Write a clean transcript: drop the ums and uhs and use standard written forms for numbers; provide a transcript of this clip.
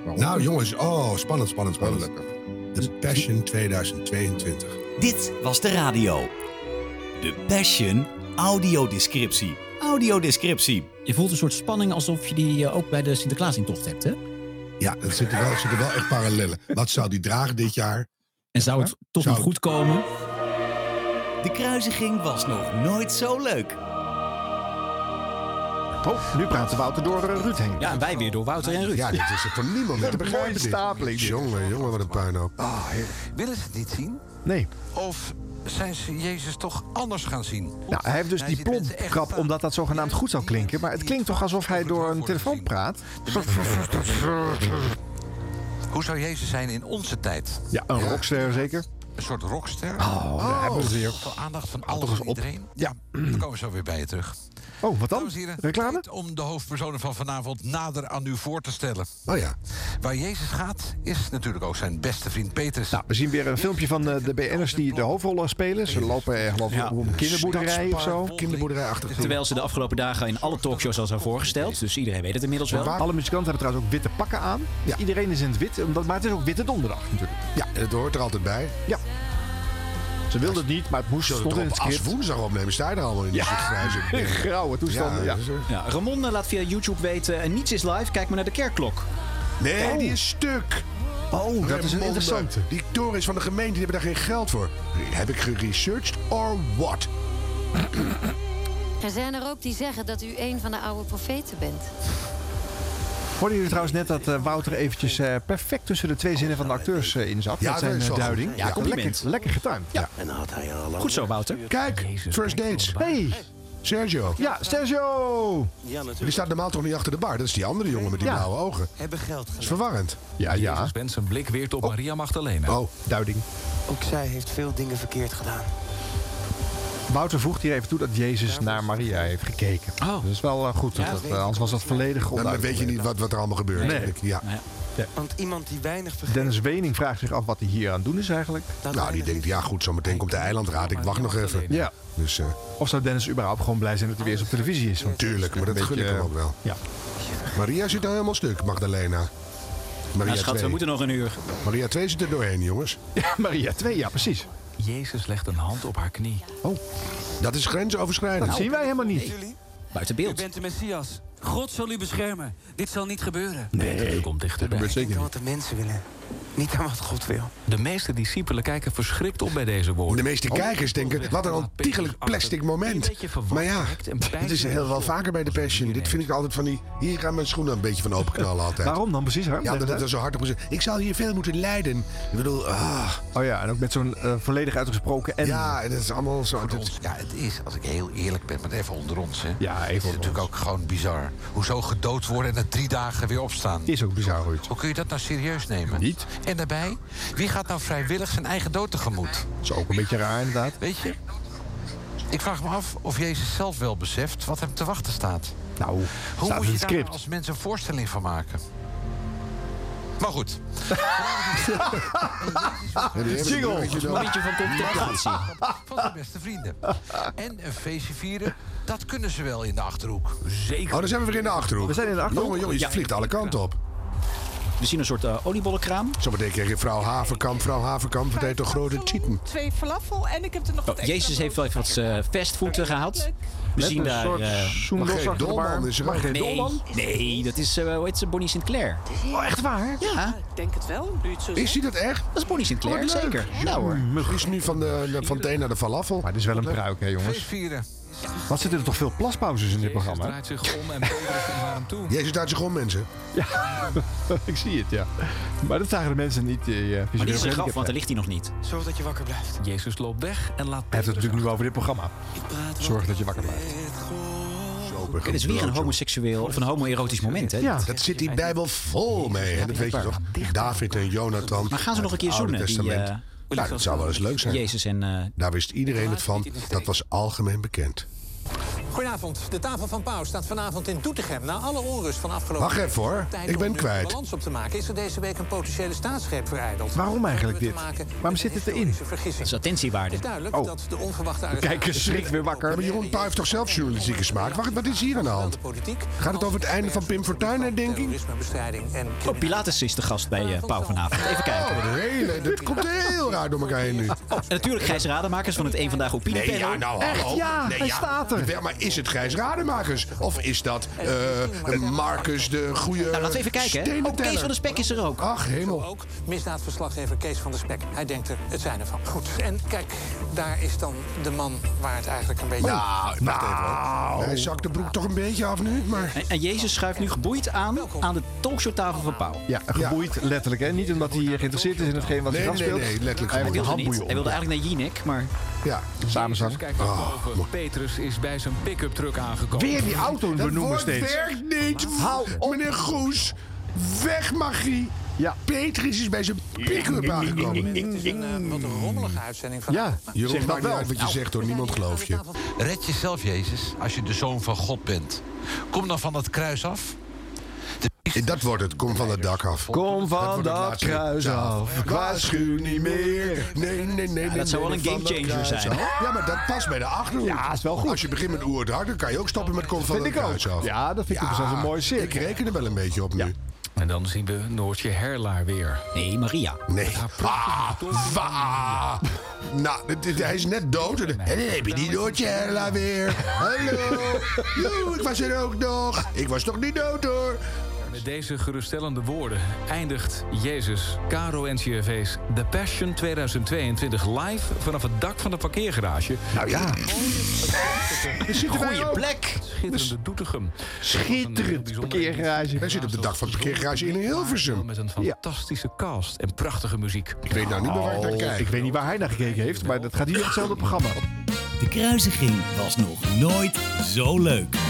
Nou jongens, spannend. The Passion 2022. Dit was de radio. De Passion audiodescriptie. Audiodescriptie. Je voelt een soort spanning alsof je die ook bij de Sinterklaasintocht hebt, hè? Ja, er zitten wel echt parallellen. Wat zou die dragen dit jaar? En zou het toch nog goed komen? De kruisiging was nog nooit zo leuk. Oh, nu praten Wouter door Ruud heen. Ja, en wij weer door Wouter en Ruud. Ja, dit is het voor niemand meer te begrijpen. Mooie stapeling. Jongen, wat een puinhoop. Willen ze het niet zien? Nee. Of zijn ze Jezus toch anders gaan zien? Nou, hij heeft dus die plopkap omdat dat zogenaamd goed zou klinken. Maar het klinkt toch alsof hij door een telefoon praat? Hoe zou Jezus zijn in onze tijd? Ja, een rockster zeker. Een soort rockster? Daar hebben we ze weer. Veel aandacht van alles en iedereen? Ja. We komen zo weer bij je terug. Oh, wat dan? Dames en heren, Reclame? tijd om de hoofdpersonen van vanavond nader aan u voor te stellen. Oh ja. Waar Jezus gaat, is natuurlijk ook zijn beste vriend Petrus. Nou, we zien weer een filmpje van de BN'ers die de hoofdrollen spelen. Ze lopen geloof ik op een kinderboerderij of zo. Kinderboerderijachtig. Terwijl ze de afgelopen dagen in alle talkshows al zijn voorgesteld. Dus iedereen weet het inmiddels wel. Alle muzikanten hebben trouwens ook witte pakken aan. Ja. Iedereen is in het wit, maar het is ook Witte Donderdag natuurlijk. Ja, het hoort er altijd bij. Ja. Ze wilden het niet, maar het moest. Stond in het als script. woensdag opnemen, sta je er allemaal in. Die grijze grauwe toestanden. Ja. Ja, Ramon laat via YouTube weten, niets is live, kijk maar naar de kerkklok. Nee, die is stuk. Oh, dat is een interessante. Die toren is van de gemeente, die hebben daar geen geld voor. Heb ik geresearched or what? Er zijn er ook die zeggen dat u een van de oude profeten bent. Hoorden jullie trouwens net dat Wouter eventjes perfect tussen de twee zinnen van de acteurs in zat? Ja, met zijn dat is wel duiding. goed. Ja, compliment. Lekker getimed. Ja. Goed zo, Wouter. Kijk, first dates. Hey, Sergio. ja, Sergio! Die staat normaal toch niet achter de bar? Dat is die andere jongen met die blauwe ogen. Hebben geld Dat is verwarrend. Ja. Jezus wendt zijn blik weer op Maria Magdalena. Oh, Duiding. Ook zij heeft veel dingen verkeerd gedaan. Wouter voegt hier even toe dat Jezus naar Maria heeft gekeken. Oh. Dat is wel goed. Anders was dat volledig dan onduidelijk. weet je niet wat er allemaal gebeurt. Nee. Ja. Want iemand die weinig vergeet... Dennis Wening vraagt zich af wat hij hier aan het doen is eigenlijk. Nou, die denkt, ja goed, zometeen komt de eilandraad. Ik wacht nog even. Ja. Dus, Of zou Dennis überhaupt gewoon blij zijn dat hij weer eens op televisie is? Want tuurlijk, maar dat gun ik hem ook wel. Ja. Maria zit er helemaal stuk, Magdalena. Maria Nou, schat, 2. we moeten nog een uur. Maria 2 zit er doorheen, jongens. Ja, Maria 2, ja precies. Jezus legt een hand op haar knie. Oh, Dat is grensoverschrijdend. dat zien wij helemaal niet. Buiten U beeld. bent de Messias. God zal u beschermen. Dit zal niet gebeuren. Nee, komt dichterbij. Dat Denk zeker aan niet. wat de mensen willen. Niet aan wat God wil. De meeste discipelen kijken verschrikt op bij deze woorden. De meeste kijkers denken, wat een ontiegelijk plastic moment. Maar ja, het is heel wel vaker bij de Passion. Dit vind ik altijd van die... Hier gaan mijn schoenen een beetje van openknallen altijd. Waarom dan precies, hè? Ja, omdat er zo hard op is. Ik zal hier veel moeten lijden. Ik bedoel, Oh ja, en ook met zo'n volledig uitgesproken en... ja, het is allemaal zo... Ja, het is, als ik heel eerlijk ben, maar even onder ons. Hè. Ja, even Het is onder natuurlijk ook gewoon bizar. Hoezo gedood worden en na 3 dagen weer opstaan. Is ook bizar, Ruud. Hoe kun je dat nou serieus nemen? Niet. En daarbij, wie gaat nou vrijwillig zijn eigen dood tegemoet? Dat is ook een beetje raar, inderdaad. Weet je? Ik vraag me af of Jezus zelf wel beseft wat hem te wachten staat. Nou, Hoe staat moet in je het daar script. als mensen een voorstelling van maken? Maar goed. Single. Een momentje van contemplatie. Van zijn beste vrienden. En een feestje vieren, dat kunnen ze wel in de Achterhoek. Zeker. Oh, dan zijn we weer in de Achterhoek. We zijn in de Achterhoek. Jongen, je vliegt alle kanten op. We zien een soort oliebollenkraam. Zometeen krijg je vrouw Haverkamp verdeed toch grote cheaten. 2 falafel en ik heb er nog wat extra Jezus heeft wel even wat fastfood gehaald. We zien een daar... soort zoendos Margreet achter de bar. Dolman is er ook. Margreet nee, Dolman? nee, dat is, hoe heet ze, Bonnie Sinclair. Oh, echt waar? Ja, Ik denk het wel, nu je het zo Is zegt. hij dat echt? dat is Bonnie Sinclair, Wat leuk. zeker. Ja hoor. Die is nu van het een naar de falafel. Maar dit is wel een pruik, hè jongens. Feest vieren. Wat zitten er toch veel plaspauzes in dit Jezus programma? draait zich om en Petrus komt naar hem toe. Jezus draait zich om, mensen. Ja, ik zie het, ja. Maar dat zagen de mensen niet. Maar dit is een graf, want daar ligt hij nog niet. Zorg dat je wakker blijft. Jezus loopt weg en laat Hij heeft het natuurlijk nu over dit programma. Ik praat Zorg dat je wakker blijft. Dit is weer een homoseksueel of een homoerotisch moment, hè? Ja. Dat zit die Bijbel vol mee, hè? Dat weet je toch? David en Jonathan. Maar gaan ze nog een keer uit het Oude zoenen, die Testament. Nou, dat zou wel eens leuk zijn. Jezus en... Daar wist iedereen het van. Dat was algemeen bekend. Goedenavond. De tafel van Pauw staat vanavond in Doetinchem. Na alle onrust van afgelopen... Wacht even hoor, ik ben kwijt. ...balans op te maken, is er deze week een potentiële staatsgreep verijdeld. Waarom eigenlijk dit? Waarom zit het erin? Dat is attentiewaarde. Het is duidelijk dat de onverwachte arrestatie... Kijk, schrikt weer wakker. Maar Jeroen Pauw heeft toch zelf journalistieke smaak? Wat is hier aan de hand? Gaat het over het einde van Pim Fortuyn, denk ik? Oh, Pilatus is de gast bij Pauw vanavond. Even kijken. Dit komt heel raar door elkaar heen nu. En natuurlijk Gijs Rademakers van het Eén Vandaag Opiniepanel. Nee, ja, nou hallo. Echt, ja, hij staat er. Maar is het Gijs Rademakers? Of is dat Marcus, de goede... Nou, laten we even kijken. Ook Kees van der Spek is er ook. Ach, hemel. Ook misdaadverslaggever Kees van der Spek. Hij denkt er het zijn ervan. Goed. En kijk, daar is dan de man waar het eigenlijk een beetje... Nou, hij zakt de broek toch een beetje af nu, maar... En Jezus schuift nu geboeid aan de talkshowtafel van Pauw. Ja, geboeid letterlijk, hè? Niet omdat hij geïnteresseerd is in hetgeen wat hij afspeelt. Nee, letterlijk. Hij wilde eigenlijk naar Jinek, maar... Ja, samenzang. Petrus is bij zijn pick-up truck aangekomen. Weer die auto benoemen steeds. Dat werkt niet. Hou op. Meneer Goes, weg magie. Ja. Petrus is bij zijn pick-up aangekomen. Het is een wat rommelige uitzending van... Ja, Jeroen, maakt niet uit wat je zegt hoor. Niemand gelooft je. Red jezelf, Jezus, als je de Zoon van God bent. Kom dan van het kruis af. Dat wordt het. Kom van het dak af. Kom van dat kruis af. Waarschuw niet meer. Nee. Dat zou wel een gamechanger zijn. Ja, maar dat past bij de achterhoek. Ja, is wel goed. Als je begint met Oer het hart, dan kan je ook stoppen met Kom van het kruis af. Ja, dat vind ik zelfs een mooie zin. Ik reken er wel een beetje op nu. En dan zien we Noortje Herlaar weer. Nee, Maria. Nee. Nou, hij is net dood. En dan heb je die Noortje Herlaar weer. Hallo. Ik was er ook nog. Ik was toch niet dood hoor. Met deze geruststellende woorden eindigt Jezus, Caro NCRV's The Passion 2022 live vanaf het dak van de parkeergarage. Nou ja. Goeie plek. Schitterende Doetinchem. Schitterend parkeergarage. Wij zitten op het dak van het parkeergarage in Hilversum. Met een fantastische cast en prachtige muziek. Ik weet nou niet meer waar ik naar kijk. Ik weet niet waar hij naar gekeken heeft, maar dat gaat hier op hetzelfde programma. De kruisiging was nog nooit zo leuk.